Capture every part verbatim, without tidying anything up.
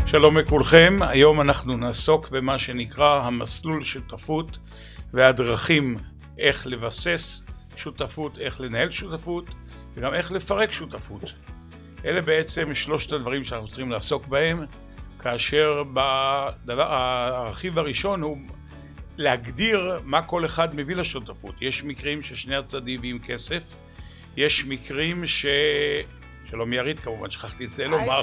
שלום לכולכם, היום אנחנו נעסוק במה שנקרא המסלול שותפות והדרכים איך לבסס שותפות, איך לנהל שותפות וגם איך לפרק שותפות. אלה בעצם שלושת הדברים שאנחנו צריכים לעסוק בהם, כאשר בדבר, הרכיב הראשון הוא להגדיר מה כל אחד מביא לשותפות. יש מקרים ששני הצדדים מביאים כסף, יש מקרים ש... שלום ירית, כמובן שכחתי את זה לומר.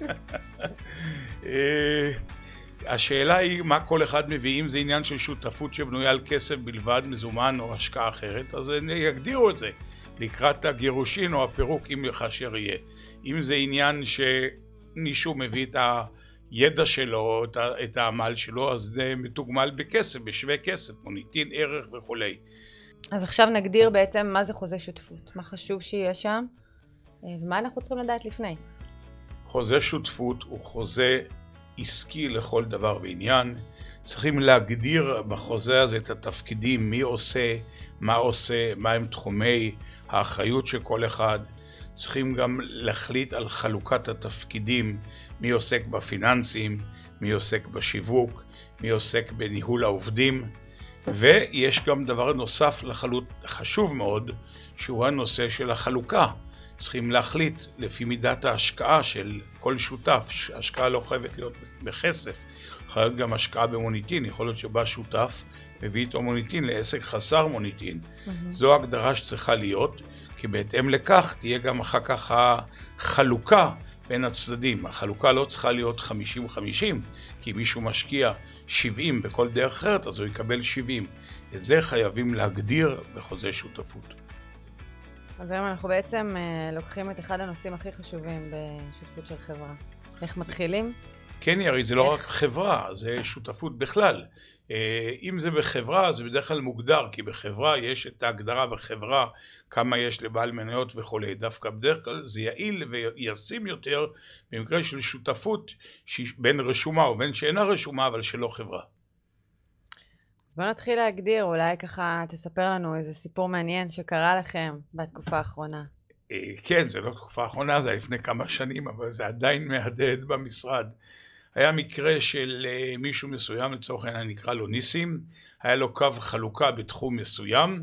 השאלה היא מה כל אחד מביא, אם זה עניין של שותפות שבנויה על כסף בלבד, מזומן או השקעה אחרת, אז יגדירו את זה לקראת הגירושין או הפירוק אם כאשר יהיה. אם זה עניין שמישהו מביא את הידע שלו, את העמל שלו, אז זה מתוגמל בכסף, בשווה כסף, מוניטין, ערך וכולי. אז עכשיו נגדיר בעצם מה זה חוזה שותפות, מה חשוב שיהיה שם, ומה אנחנו צריכים לדעת לפני. חוזה שותפות הוא חוזה עסקי לכל דבר ועניין. צריכים להגדיר בחוזה הזה את התפקידים, מי עושה, מה עושה, מה הם תחומי האחריות של כל אחד. צריכים גם להחליט על חלוקת התפקידים, מי עוסק בפיננסים, מי עוסק בשיווק, מי עוסק בניהול העובדים. ויש גם דבר נוסף לחלוט חשוב מאוד, שהוא הנושא של החלוקה. צריכים להחליט לפי מידת ההשקעה של כל שותף. השקעה לא חייבת להיות בכסף, יכולה להיות גם השקעה במוניטין. יכול להיות שבא שותף מביא איתו מוניטין לעסק חסר מוניטין. Mm-hmm. זו ההגדרה שצריכה להיות, כי בהתאם לכך תהיה גם אחר כך החלוקה בין הצדדים. החלוקה לא צריכה להיות חמישים חמישים, כי מישהו משקיע שבעים בכל דרך אחרת, אז הוא יקבל שבעים. את זה חייבים להגדיר בחוזה שותפות. אז היום אנחנו בעצם לוקחים את אחד הנושאים הכי חשובים בשותפות של חברה. איך מתחילים? כן ירי, זה לא רק חברה, זה שותפות בכלל. אם זה בחברה, זה בדרך כלל מוגדר, כי בחברה יש את ההגדרה בחברה, כמה יש לבעל מניות וכו'. דווקא בדרך כלל זה יעיל וישים יותר במקרה של שותפות בין רשומה או בין שאינה רשומה, אבל שלא חברה. אז בואו נתחיל להגדיר, אולי ככה תספר לנו איזה סיפור מעניין שקרה לכם בתקופה האחרונה. כן, זה לא תקופה האחרונה, זה לפני כמה שנים, אבל זה עדיין מהדהד במשרד. היה מקרה של מישהו מסוים, לצורך העניין נקרא לו ניסים, היה לו קו חלוקה בתחום מסוים,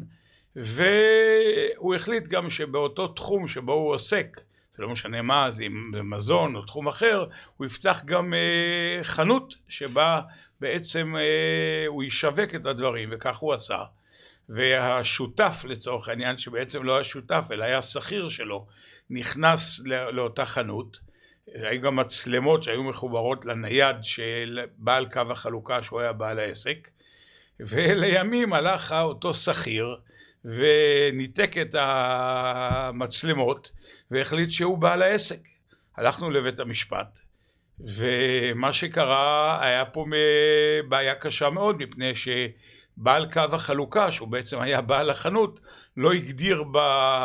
והוא החליט גם שבאותו תחום שבו הוא עוסק, זה לא משנה מה, זה מזון או תחום אחר, הוא יפתח גם אה, חנות שבה בעצם אה, הוא ישווק את הדברים, וכך הוא עשה. והשותף לצורך העניין, שבעצם לא היה שותף אלא היה שכיר שלו, נכנס לא, לאותה חנות. היו גם מצלמות שהיו מחוברות לנייד של בעל קו החלוקה שהוא היה בעל העסק, ולימים הלך אותו שכיר וניתק את המצלמות והחליט שהוא בעל העסק. הלכנו לבית המשפט, ומה שקרה היה פה בעיה קשה מאוד, מפני שבעל קו החלוקה, שהוא בעצם היה בעל החנות, לא הגדיר ב...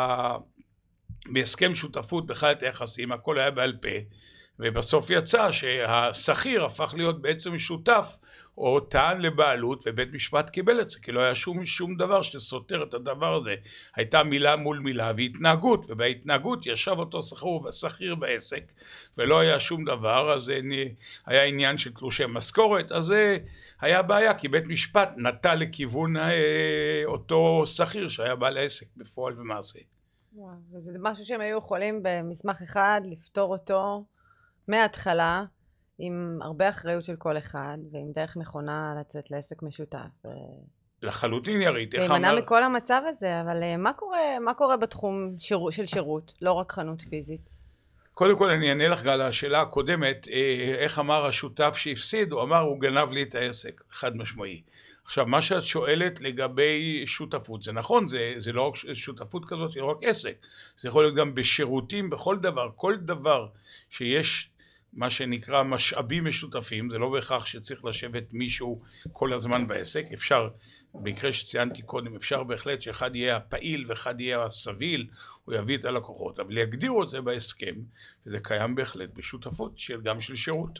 בהסכם שותפות בכלל את היחסים, הכל היה בעל פה, ובסוף יצא שהשכיר הפך להיות בעצם שותף, או טען לבעלות, ובית משפט קיבל את זה, כי לא היה שום, שום דבר שסותר את הדבר הזה. הייתה מילה מול מילה והתנהגות, ובהתנהגות ישב אותו שכיר, שכיר בעסק, ולא היה שום דבר, אז היה עניין של תלושי משכורת, אז זה היה בעיה, כי בית משפט נטה לכיוון אותו שכיר שהיה בעל העסק בפועל ומעשה. וואו, וזה משהו שהם היו יכולים במסמך אחד לפתור אותו מההתחלה, עם הרבה אחריות של כל אחד, ועם דרך נכונה לצאת לעסק משותף. לחלוטין ירית. להימנע מכל המצב הזה, אבל מה קורה, מה קורה בתחום שיר, של שירות, לא רק חנות פיזית? קודם כל אני אענה לך על השאלה הקודמת, איך אמר השותף שהפסיד, הוא אמר הוא גנב לי את העסק, חד משמעי. עכשיו מה שאת שואלת לגבי שותפות, זה נכון, זה, זה לא רק שותפות כזאת, זה לא רק עסק, זה יכול להיות גם בשירותים, בכל דבר, כל דבר שיש מה שנקרא משאבים משותפים, זה לא בהכרח שצריך לשבת מישהו כל הזמן בעסק, אפשר, במקרה שציינתי קודם, אפשר בהחלט שאחד יהיה הפעיל ואחד יהיה הסביל, הוא יביא את הלקוחות, אבל יגדירו את זה בהסכם, וזה קיים בהחלט בשותפות של, גם של שירות.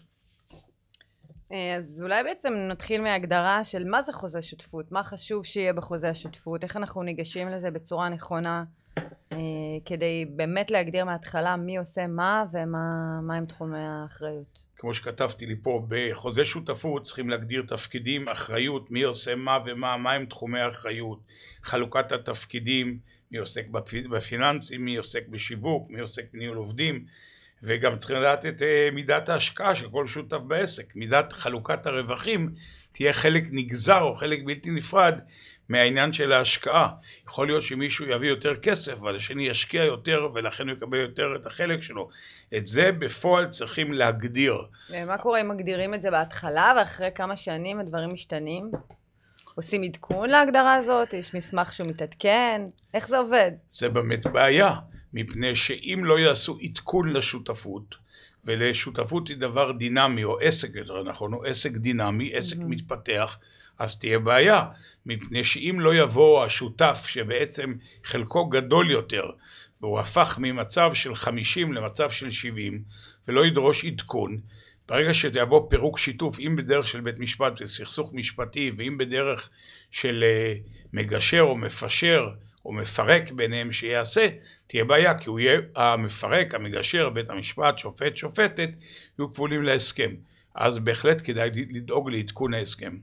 אז אולי בעצם נתחיל מההגדרה של מה זה חוזה שותפות, מה חשוב שיהיה בחוזה השותפות, איך אנחנו ניגשים לזה בצורה נכונה, כדי באמת להגדיר מההתחלה מי עושה מה ומה מה הם תחומי האחריות. כמו שכתבתי לי פה, בחוזה שותפות צריכים להגדיר תפקידים, אחריות, מי עושה מה ומה, מה הם תחומי האחריות, חלוקת התפקידים, מי עוסק בפיננסים, מי עוסק בשיווק, מי עוסק בניהול עובדים, וגם צריכים לדעת את מידת ההשקעה של כל שותף בעסק. מידת חלוקת הרווחים תהיה חלק נגזר או חלק בלתי נפרד מהעניין של ההשקעה. יכול להיות שמישהו יביא יותר כסף, אבל השני ישקיע יותר ולכן הוא יקבל יותר את החלק שלו. את זה בפועל צריכים להגדיר. ומה קורה אם מגדירים את זה בהתחלה ואחרי כמה שנים הדברים משתנים? עושים עדכון להגדרה הזאת? יש מסמך שהוא מתעדכן? איך זה עובד? זה באמת בעיה, מפני שאם לא יעשו עדכון לשותפות, ולשותפות היא דבר דינמי, או עסק יותר נכון, או עסק דינמי, עסק mm-hmm. מתפתח, אז תהיה בעיה, מפני שאם לא יבוא השותף שבעצם חלקו גדול יותר, והוא הפך ממצב של חמישים למצב של שבעים, ולא ידרוש עדכון, ברגע שיבוא פירוק שיתוף, אם בדרך של בית משפט וסכסוך משפטי, ואם בדרך של מגשר או מפשר, או מפרק ביניהם שיעשה, תהיה בעיה, כי הוא יהיה המפרק, המגשר, בית המשפט, שופט, שופטת, יהיו כבולים להסכם. אז בהחלט כדאי לדאוג לעדכון ההסכם.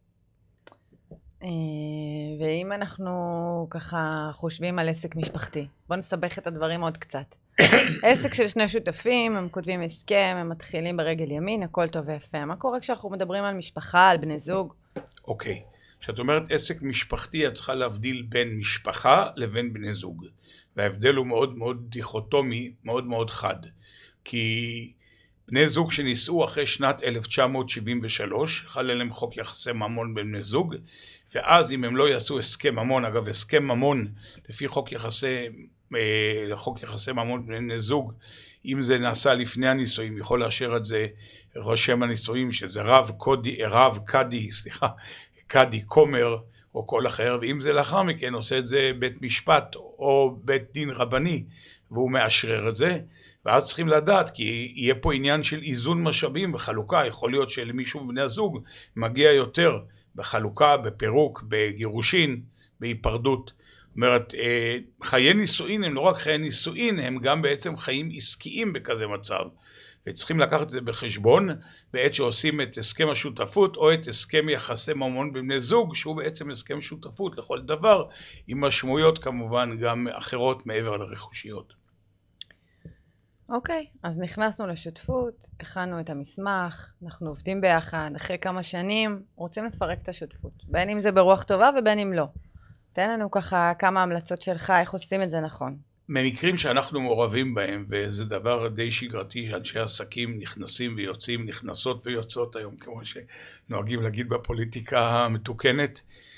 ואם אנחנו ככה חושבים על עסק משפחתי, בוא נסבך את הדברים עוד קצת. עסק של שני שותפים, הם כותבים הסכם, הם מתחילים ברגל ימין, הכל טוב ויפה. מה קורה כשאנחנו מדברים על משפחה, על בני זוג? אוקיי. כשאת אומרת עסק משפחתי, את צריכה להבדיל בין משפחה לבין בני זוג. וההבדל הוא מאוד מאוד דיכוטומי, מאוד מאוד חד. כי בני זוג שנישאו אחרי שנת אלף תשע מאות שבעים ושלוש, חל עליהם חוק יחסי ממון בין בני זוג, ואז אם הם לא יעשו הסכם ממון, אגב הסכם ממון לפי חוק יחסי, חוק יחסי ממון בין בני זוג, אם זה נעשה לפני הנישואים, יכול לאשר את זה רושם הנישואים, שזה רב קודי, רב קדי, סליחה, קדי קומר או כל אחר, ואם זה לאחר מכן עושה את זה בית משפט או בית דין רבני, והוא מאשרר את זה, ואז צריכים לדעת, כי יהיה פה עניין של איזון משאבים וחלוקה, יכול להיות שלמישהו מבני הזוג מגיע יותר בחלוקה, בפירוק, בגירושין, בהיפרדות. זאת אומרת, חיי נישואין הם לא רק חיי נישואין, הם גם בעצם חיים עסקיים בכזה מצב. וצריכים לקחת את זה בחשבון בעת שעושים את הסכם השותפות או את הסכם יחסי ממון בבני זוג, שהוא בעצם הסכם שותפות לכל דבר, עם משמעויות כמובן גם אחרות מעבר לרכושיות. אוקיי, אז נכנסנו לשותפות, הכנו את המסמך, אנחנו עובדים ביחד, אחרי כמה שנים רוצים לפרק את השותפות, בין אם זה ברוח טובה ובין אם לא. תן לנו ככה כמה המלצות שלך, איך עושים את זה נכון. ממקרים שאנחנו מעורבים בהם, וזה דבר די שגרתי, שאנשי עסקים נכנסים ויוצאים, נכנסות ויוצאות היום, כמו שנוהגים להגיד בפוליטיקה המתוקנת,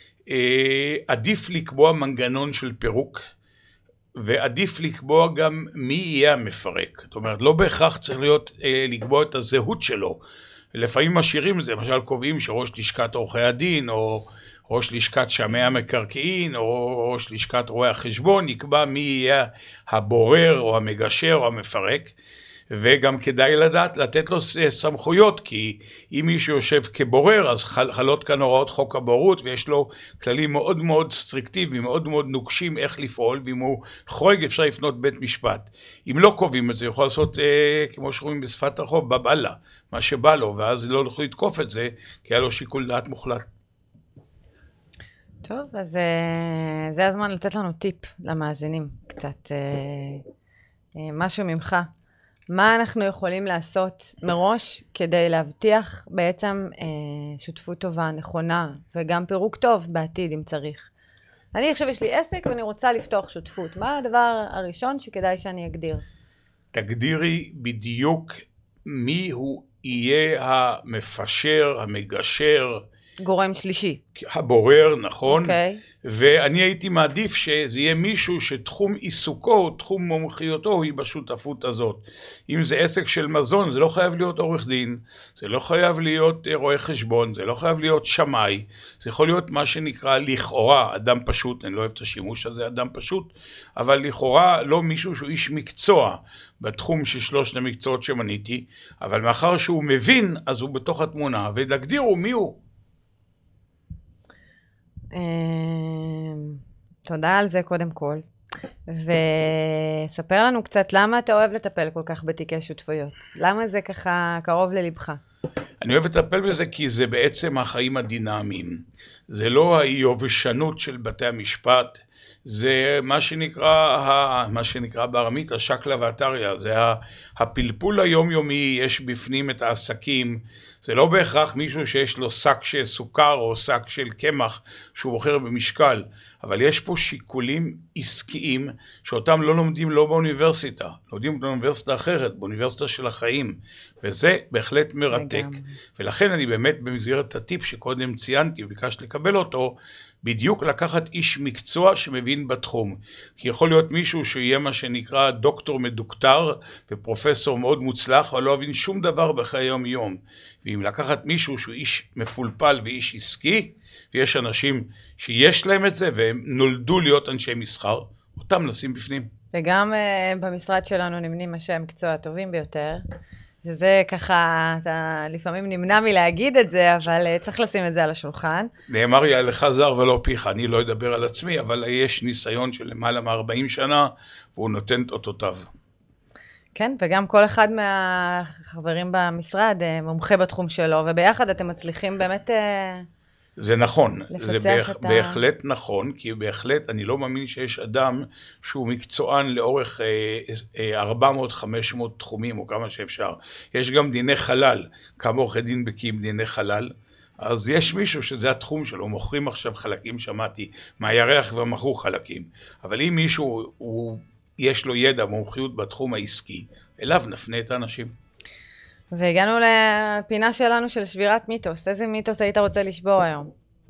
עדיף לקבוע מנגנון של פירוק, ועדיף לקבוע גם מי יהיה המפרק. זאת אומרת, לא בהכרח צריך להיות, לקבוע את הזהות שלו. לפעמים משאירים את זה, למשל קובעים שראש לשכת עורכי הדין, או ראש לשכת שמאי המקרקעין, או ראש לשכת רואי החשבון, נקבע מי יהיה הבורר, או המגשר, או המפרק. וגם כדאי לדעת, לתת לו סמכויות, כי אם מישהו יושב כבורר, אז חלות כאן הוראות חוק הבורות, ויש לו כללים מאוד מאוד סטריקטיביים, מאוד מאוד נוקשים איך לפעול, ואם הוא חורג אפשר לפנות בית משפט. אם לא קובעים את זה, יכול לעשות, אה, כמו שרואים בשפת הרחוב, בבעלה, מה שבא לו, ואז לא יכול לתקוף את זה, כי היה לו שיקול דעת מוחלט. טוב, אז אה, זה הזמן לתת לנו טיפ למאזינים, קצת אה, אה, משהו ממך. מה אנחנו יכולים לעשות מראש כדי להבטיח בעצם אה, שותפות טובה, נכונה, וגם פירוק טוב בעתיד אם צריך? אני עכשיו יש לי עסק ואני רוצה לפתוח שותפות. מה הדבר הראשון שכדאי שאני אגדיר? תגדירי בדיוק מי הוא יהיה המפשר, המגשר, גורם שלישי. הבורר, נכון. אוקיי. ואני הייתי מעדיף שזה יהיה מישהו שתחום עיסוקו, תחום מומחיותו היא בשותפות הזאת. אם זה עסק של מזון, זה לא חייב להיות עורך דין, זה לא חייב להיות רואה חשבון, זה לא חייב להיות שמאי, זה יכול להיות מה שנקרא לכאורה אדם פשוט, אני לא אוהב את השימוש הזה, אדם פשוט, אבל לכאורה לא מישהו שהוא איש מקצוע בתחום של שלושת המקצועות שמניתי, אבל מאחר שהוא מבין, אז הוא בתוך התמונה, ותגדירו מי הוא. תודה על זה קודם כל. וספר לנו קצת למה אתה אוהב לטפל כל כך בתיקי שותפויות. למה זה ככה קרוב ללבך? אני אוהב לטפל בזה כי זה בעצם החיים הדינמיים. זה לא היובשנות של בתי המשפט, זה מה שנקרא, מה שנקרא בארמית השקלא והטריא, זה הפלפול היומיומי, יש בפנים את העסקים, זה לא בהכרח מישהו שיש לו שק של סוכר או שק של קמח שהוא בוחר במשקל, אבל יש פה שיקולים עסקיים שאותם לא לומדים לא באוניברסיטה, לומדים באוניברסיטה אחרת, באוניברסיטה של החיים, וזה בהחלט מרתק, ולכן אני באמת במסגרת הטיפ שקודם ציינתי וביקשת לקבל אותו, בדיוק לקחת איש מקצוע שמבין בתחום. כי יכול להיות מישהו שיהיה מה שנקרא דוקטור מדוקטר ופרופסור מאוד מוצלח, אבל לא הבין שום דבר בחיי יום יום. ואם לקחת מישהו שהוא איש מפולפל ואיש עסקי, ויש אנשים שיש להם את זה והם נולדו להיות אנשי מסחר, אותם נשים בפנים. וגם uh, במשרד שלנו נמנים אנשי המקצוע הטובים ביותר. שזה ככה, אתה לפעמים נמנע מלהגיד את זה, אבל צריך לשים את זה על השולחן. נאמר יה לך זר ולא פיך, אני לא אדבר על עצמי, אבל יש ניסיון של למעלה מ-ארבעים שנה, והוא נותן את אותותיו. כן, וגם כל אחד מהחברים במשרד מומחה בתחום שלו, וביחד אתם מצליחים באמת זה נכון, זה בהח, את בהחלט ה... נכון, כי בהחלט אני לא מאמין שיש אדם שהוא מקצוען לאורך אה, אה, ארבע מאות חמש מאות תחומים או כמה שאפשר. יש גם דיני חלל, כמה עורכי דין בקיאים דיני חלל, אז יש מישהו שזה התחום שלו, מוכרים עכשיו חלקים, שמעתי, מהירח ומכרו חלקים, אבל אם מישהו הוא, יש לו ידע, מומחיות בתחום העסקי, אליו נפנה את האנשים. והגענו לפינה שלנו של שבירת מיתוס. איזה מיתוס היית רוצה לשבור היום?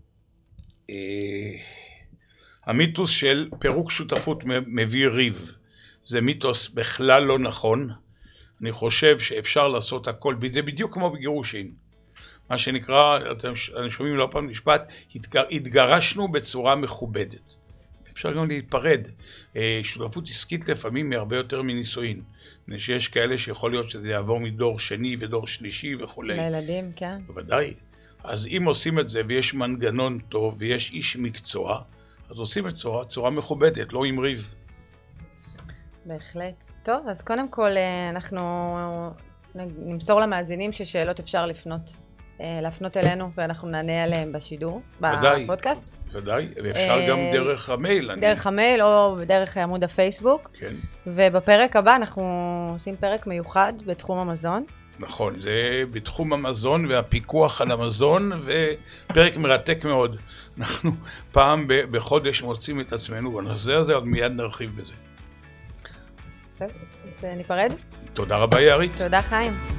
המיתוס של פירוק שותפות מביא ריב. זה מיתוס בכלל לא נכון. אני חושב שאפשר לעשות הכל, זה בדיוק כמו בגירושין. מה שנקרא, אתם שומעים לא פעם משפט, התגרשנו בצורה מכובדת. אפשר גם להתפרד. שותפות עסקית לפעמים היא הרבה יותר מנישואין. שיש כאלה שיכול להיות שזה יעבור מדור שני ודור שלישי וכו'. לילדים, כן. בוודאי. אז אם עושים את זה ויש מנגנון טוב ויש איש מקצוע, אז עושים את צורה, צורה מכובדת, לא עם ריב. בהחלט. טוב, אז קודם כל אנחנו נמסור למאזינים ששאלות אפשר לפנות, להפנות אלינו ואנחנו נענה עליהם בשידור, בפודקאסט. ודאי, ואפשר גם דרך המייל. דרך המייל או דרך עמוד הפייסבוק. כן. ובפרק הבא אנחנו עושים פרק מיוחד בתחום המזון. נכון, זה בתחום המזון והפיקוח על המזון, ופרק מרתק מאוד. אנחנו פעם בחודש מוצאים את עצמנו בנושא הזה, עוד מיד נרחיב בזה. בסדר, אז ניפרד. תודה רבה יערית. תודה חיים.